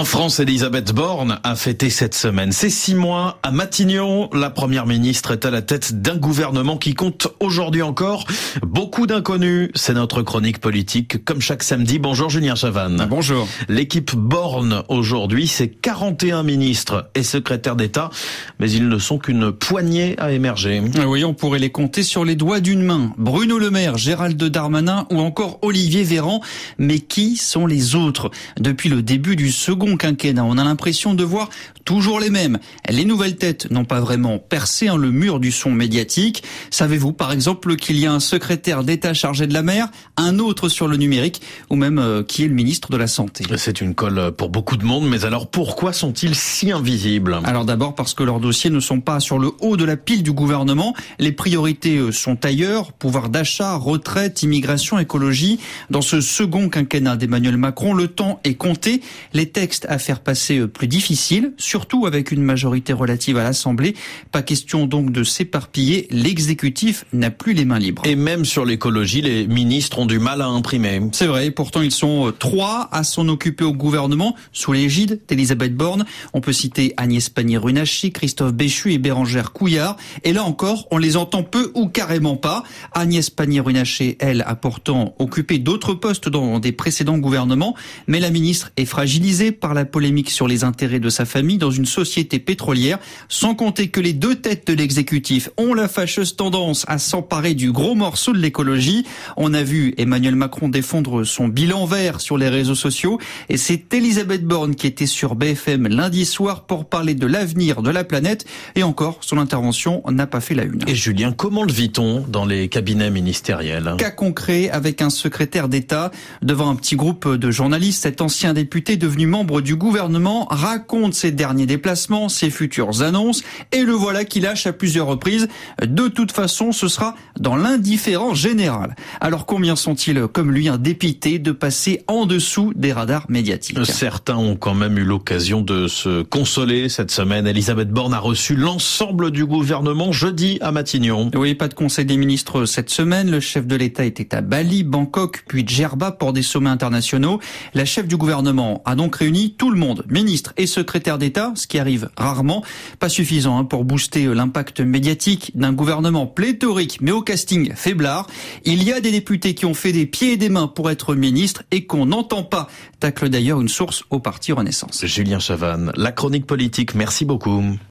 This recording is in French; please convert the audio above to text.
France, Elisabeth Borne a fêté cette semaine ses 6 mois à Matignon. La première ministre est à la tête d'un gouvernement qui compte aujourd'hui encore beaucoup d'inconnus. C'est notre chronique politique, comme chaque samedi. Bonjour Julien Chavannes. Bonjour. L'équipe Borne aujourd'hui, c'est 41 ministres et secrétaires d'État, mais ils ne sont qu'une poignée à émerger. Oui, on pourrait les compter sur les doigts d'une main. Bruno Le Maire, Gérald Darmanin ou encore Olivier Véran. Mais qui sont les autres? Depuis le début du second quinquennat, on a l'impression de voir toujours les mêmes. Les nouvelles têtes n'ont pas vraiment percé le mur du son médiatique. Savez-vous par exemple qu'il y a un secrétaire d'État chargé de la mer, un autre sur le numérique ou même qui est le ministre de la Santé? C'est une colle pour beaucoup de monde, mais alors pourquoi sont-ils si invisibles? Alors d'abord parce que leurs dossiers ne sont pas sur le haut de la pile du gouvernement. Les priorités sont ailleurs, pouvoir d'achat, retraite, immigration, écologie. Dans ce second quinquennat d'Emmanuel Macron, le temps est compté. Les textes à faire passer plus difficiles, surtout avec une majorité relative à l'Assemblée. Pas question donc de s'éparpiller, l'exécutif n'a plus les mains libres. Et même sur l'écologie, les ministres ont du mal à imprimer. C'est vrai, pourtant ils sont 3 à s'en occuper au gouvernement, sous l'égide d'Elisabeth Borne. On peut citer Agnès Pannier-Runacher, Christophe Béchu et Bérangère Couillard. Et là encore, on les entend peu ou carrément pas. Agnès Pannier-Runacher, elle, a pourtant occupé d'autres postes dans des précédents gouvernements, mais la ministre est fragilisée par la polémique sur les intérêts de sa famille dans une société pétrolière, sans compter que les 2 têtes de l'exécutif ont la fâcheuse tendance à s'emparer du gros morceau de l'écologie. On a vu Emmanuel Macron défendre son bilan vert sur les réseaux sociaux, et c'est Elisabeth Borne qui était sur BFM lundi soir pour parler de l'avenir de la planète, et encore, son intervention n'a pas fait la une. Et Julien, comment le vit-on dans les cabinets ministériels? Cas concret avec un secrétaire d'État devant un petit groupe de journalistes. Cet ancien député devenu membre du gouvernement raconte ses derniers déplacements, ses futures annonces, et le voilà qui lâche à plusieurs reprises. De toute façon, ce sera dans l'indifférence générale. Alors combien sont-ils, comme lui, dépités de passer en dessous des radars médiatiques? Certains ont quand même eu l'occasion de se consoler cette semaine. Elisabeth Borne a reçu l'ensemble du gouvernement jeudi à Matignon. Oui, pas de conseil des ministres cette semaine. Le chef de l'État était à Bali, Bangkok, puis Djerba pour des sommets internationaux. La chef du gouvernement a donc réuni tout le monde, ministres et secrétaires d'État, ce qui arrive rarement. Pas suffisant pour booster l'impact médiatique d'un gouvernement pléthorique, mais au casting faiblard. Il y a des députés qui ont fait des pieds et des mains pour être ministres et qu'on n'entend pas, tacle d'ailleurs une source au parti Renaissance. Julien Chavannes, la chronique politique, merci beaucoup.